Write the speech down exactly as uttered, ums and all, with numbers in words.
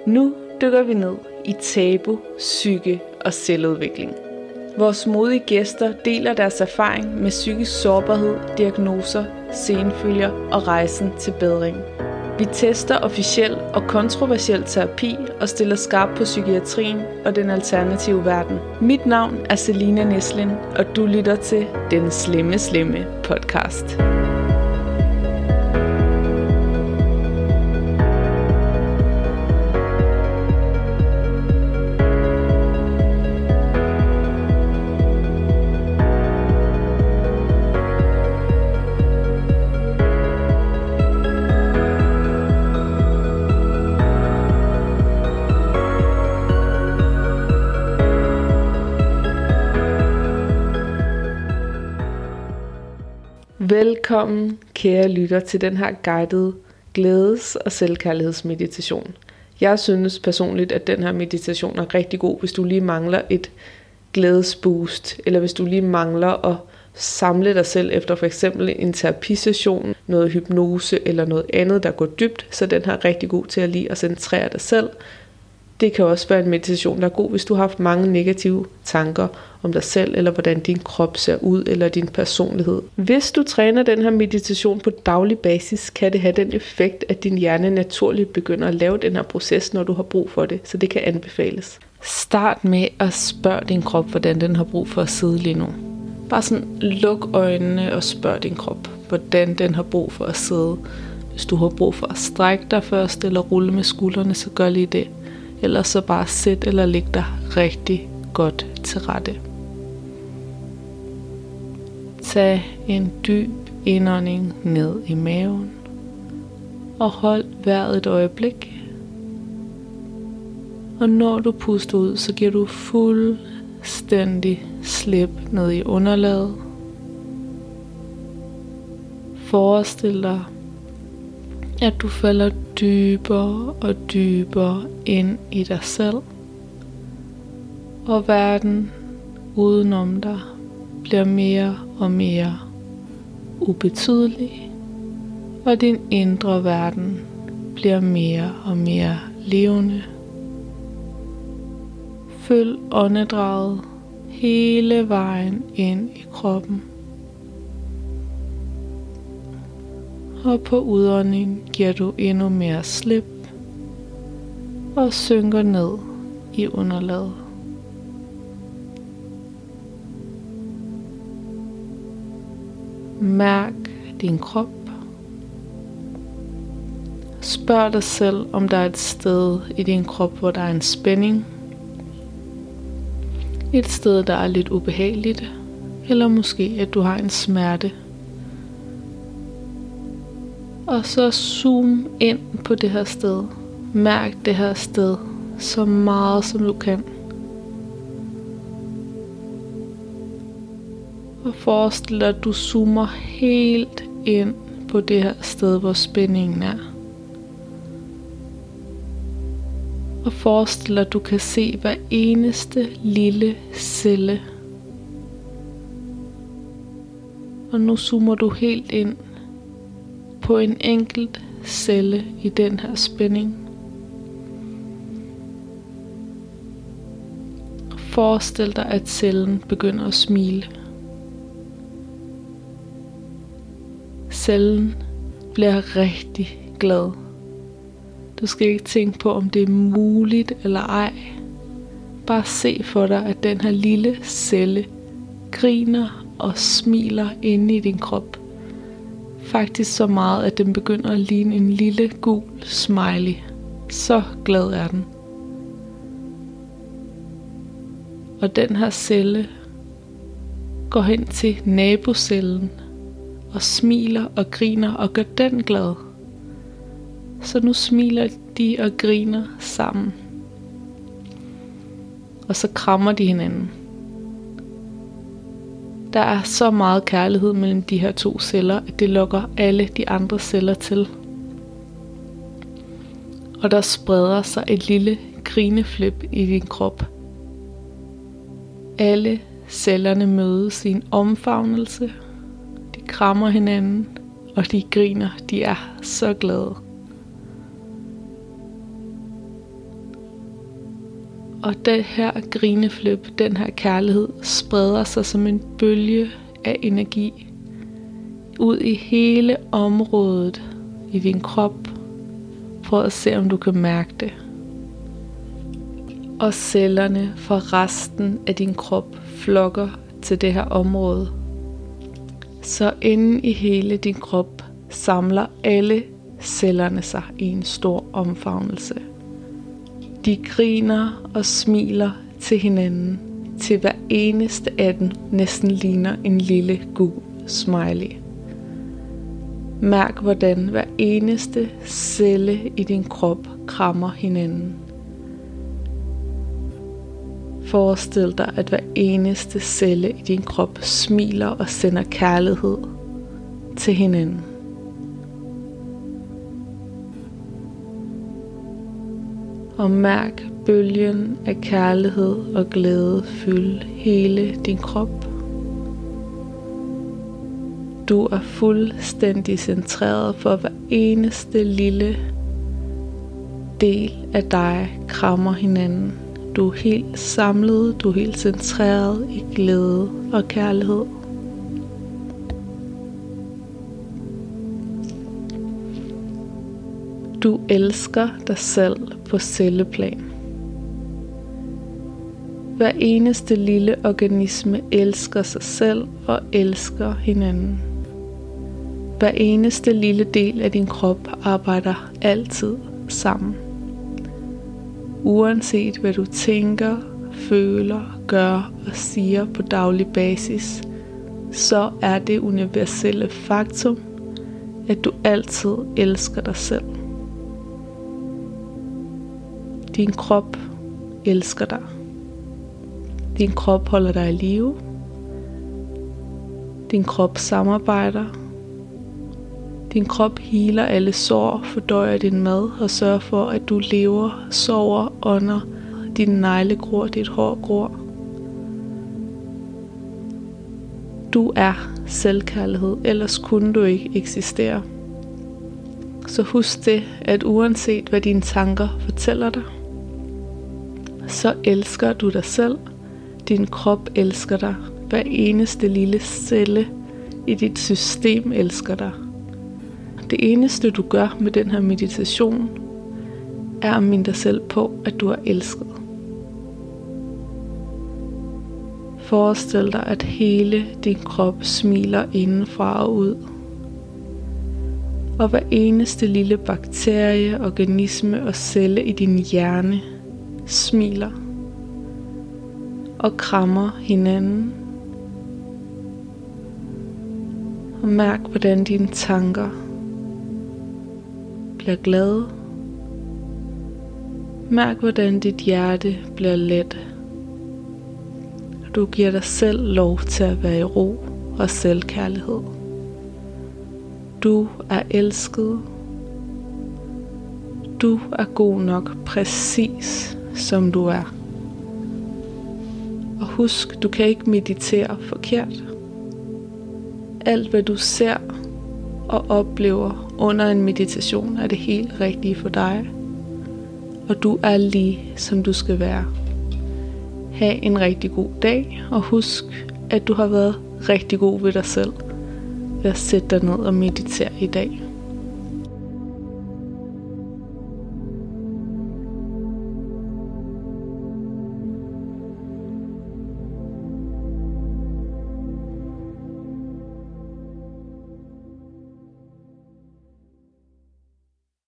Nu dykker vi ned i tabu, psyke og selvudvikling. Vores modige gæster deler deres erfaring med psykisk sårbarhed, diagnoser, senfølger og rejsen til bedring. Vi tester officiel og kontroversiel terapi og stiller skarp på psykiatrien og den alternative verden. Mit navn er Selina Neslin, og du lytter til Den Slemme Slemme podcast. Velkommen, kære lytter, til den her guidede glædes- og selvkærlighedsmeditation. Jeg synes personligt, at den her meditation er rigtig god, hvis du lige mangler et glædesboost, eller hvis du lige mangler at samle dig selv efter for eksempel en terapisession, noget hypnose eller noget andet, der går dybt, så den her er rigtig god til at lige at centrere dig selv. Det kan også være en meditation, der er god, hvis du har haft mange negative tanker om dig selv, eller hvordan din krop ser ud, eller din personlighed. Hvis du træner den her meditation på daglig basis, kan det have den effekt, at din hjerne naturligt begynder at lave den her proces, når du har brug for det, så det kan anbefales. Start med at spørge din krop, hvordan den har brug for at sidde lige nu. Bare sådan luk øjnene og spørg din krop, hvordan den har brug for at sidde. Hvis du har brug for at strække dig først, eller rulle med skuldrene, så gør lige det. Ellers så bare sæt eller læg dig rigtig godt til rette. Tag en dyb indånding ned i maven og hold vejret et øjeblik. Og når du puster ud, så giver du fuldstændig slip ned i underlaget. Forestil dig, at du falder dybere og dybere ind i dig selv, og verden udenom dig bliver mere og mere ubetydelig, og din indre verden bliver mere og mere levende. Følg åndedraget hele vejen ind i kroppen. Og på udåndingen giver du endnu mere slip og synker ned i underlaget. Mærk din krop. Spørg dig selv, om der er et sted i din krop, hvor der er en spænding. Et sted, der er lidt ubehageligt, eller måske at du har en smerte. Og så zoom ind på det her sted. Mærk det her sted så meget som du kan. Og forestil dig, at du zoomer helt ind på det her sted, hvor spændingen er. Og forestil dig, at du kan se hver eneste lille celle. Og nu zoomer du helt ind på en enkelt celle i den her spænding. Forestil dig, at cellen begynder at smile. Cellen bliver rigtig glad. Du skal ikke tænke på, om det er muligt eller ej. Bare se for dig, at den her lille celle griner og smiler inde i din krop. Faktisk så meget, at den begynder at ligne en lille gul smiley. Så glad er den. Og den her celle går hen til nabocellen og smiler og griner og gør den glad. Så nu smiler de og griner sammen. Og så krammer de hinanden. Der er så meget kærlighed mellem de her to celler, at det lokker alle de andre celler til. Og der spreder sig et lille grineflip i din krop. Alle cellerne mødes i en omfavnelse. De krammer hinanden, og de griner. De er så glade. Og det her grineflip, den her kærlighed, spreder sig som en bølge af energi ud i hele området i din krop. Prøv at se, om du kan mærke det. Og cellerne fra resten af din krop flokker til det her område. Så inde i hele din krop samler alle cellerne sig i en stor omfavnelse. De griner og smiler til hinanden, til hver eneste af dem næsten ligner en lille gul smiley. Mærk, hvordan hver eneste celle i din krop krammer hinanden. Forestil dig, at hver eneste celle i din krop smiler og sender kærlighed til hinanden. Og mærk bølgen af kærlighed og glæde fylde hele din krop. Du er fuldstændig centreret, for hver eneste lille del af dig krammer hinanden. Du er helt samlet, du er helt centreret i glæde og kærlighed. Du elsker dig selv på celleplan. Hver eneste lille organisme elsker sig selv og elsker hinanden. Hver eneste lille del af din krop arbejder altid sammen. Uanset hvad du tænker, føler, gør og siger på daglig basis, så er det universelle faktum, at du altid elsker dig selv. Din krop elsker dig. Din krop holder dig i live. Din krop samarbejder. Din krop healer alle sår, fordøjer din mad og sørger for, at du lever, sover, ånder, din negle gror, dit hår gror. Du er selvkærlighed, ellers kunne du ikke eksistere. Så husk det, at uanset hvad dine tanker fortæller dig, så elsker du dig selv. Din krop elsker dig. Hver eneste lille celle i dit system elsker dig. Det eneste du gør med den her meditation, er at minde dig selv på, at du er elsket. Forestil dig, at hele din krop smiler indenfra og ud. Og hver eneste lille bakterie, organisme og celle i din hjerne smiler og krammer hinanden. Og mærk, hvordan dine tanker bliver glade. Mærk, hvordan dit hjerte bliver let. Du giver dig selv lov til at være i ro og selvkærlighed. Du er elsket. Du er god nok præcis som du er. Og husk, du kan ikke meditere forkert. Alt hvad du ser og oplever under en meditation er det helt rigtige for dig. Og du er lige som du skal være. Ha' en rigtig god dag, og husk, at du har været rigtig god ved dig selv ved at sætte dig ned og meditere i dag.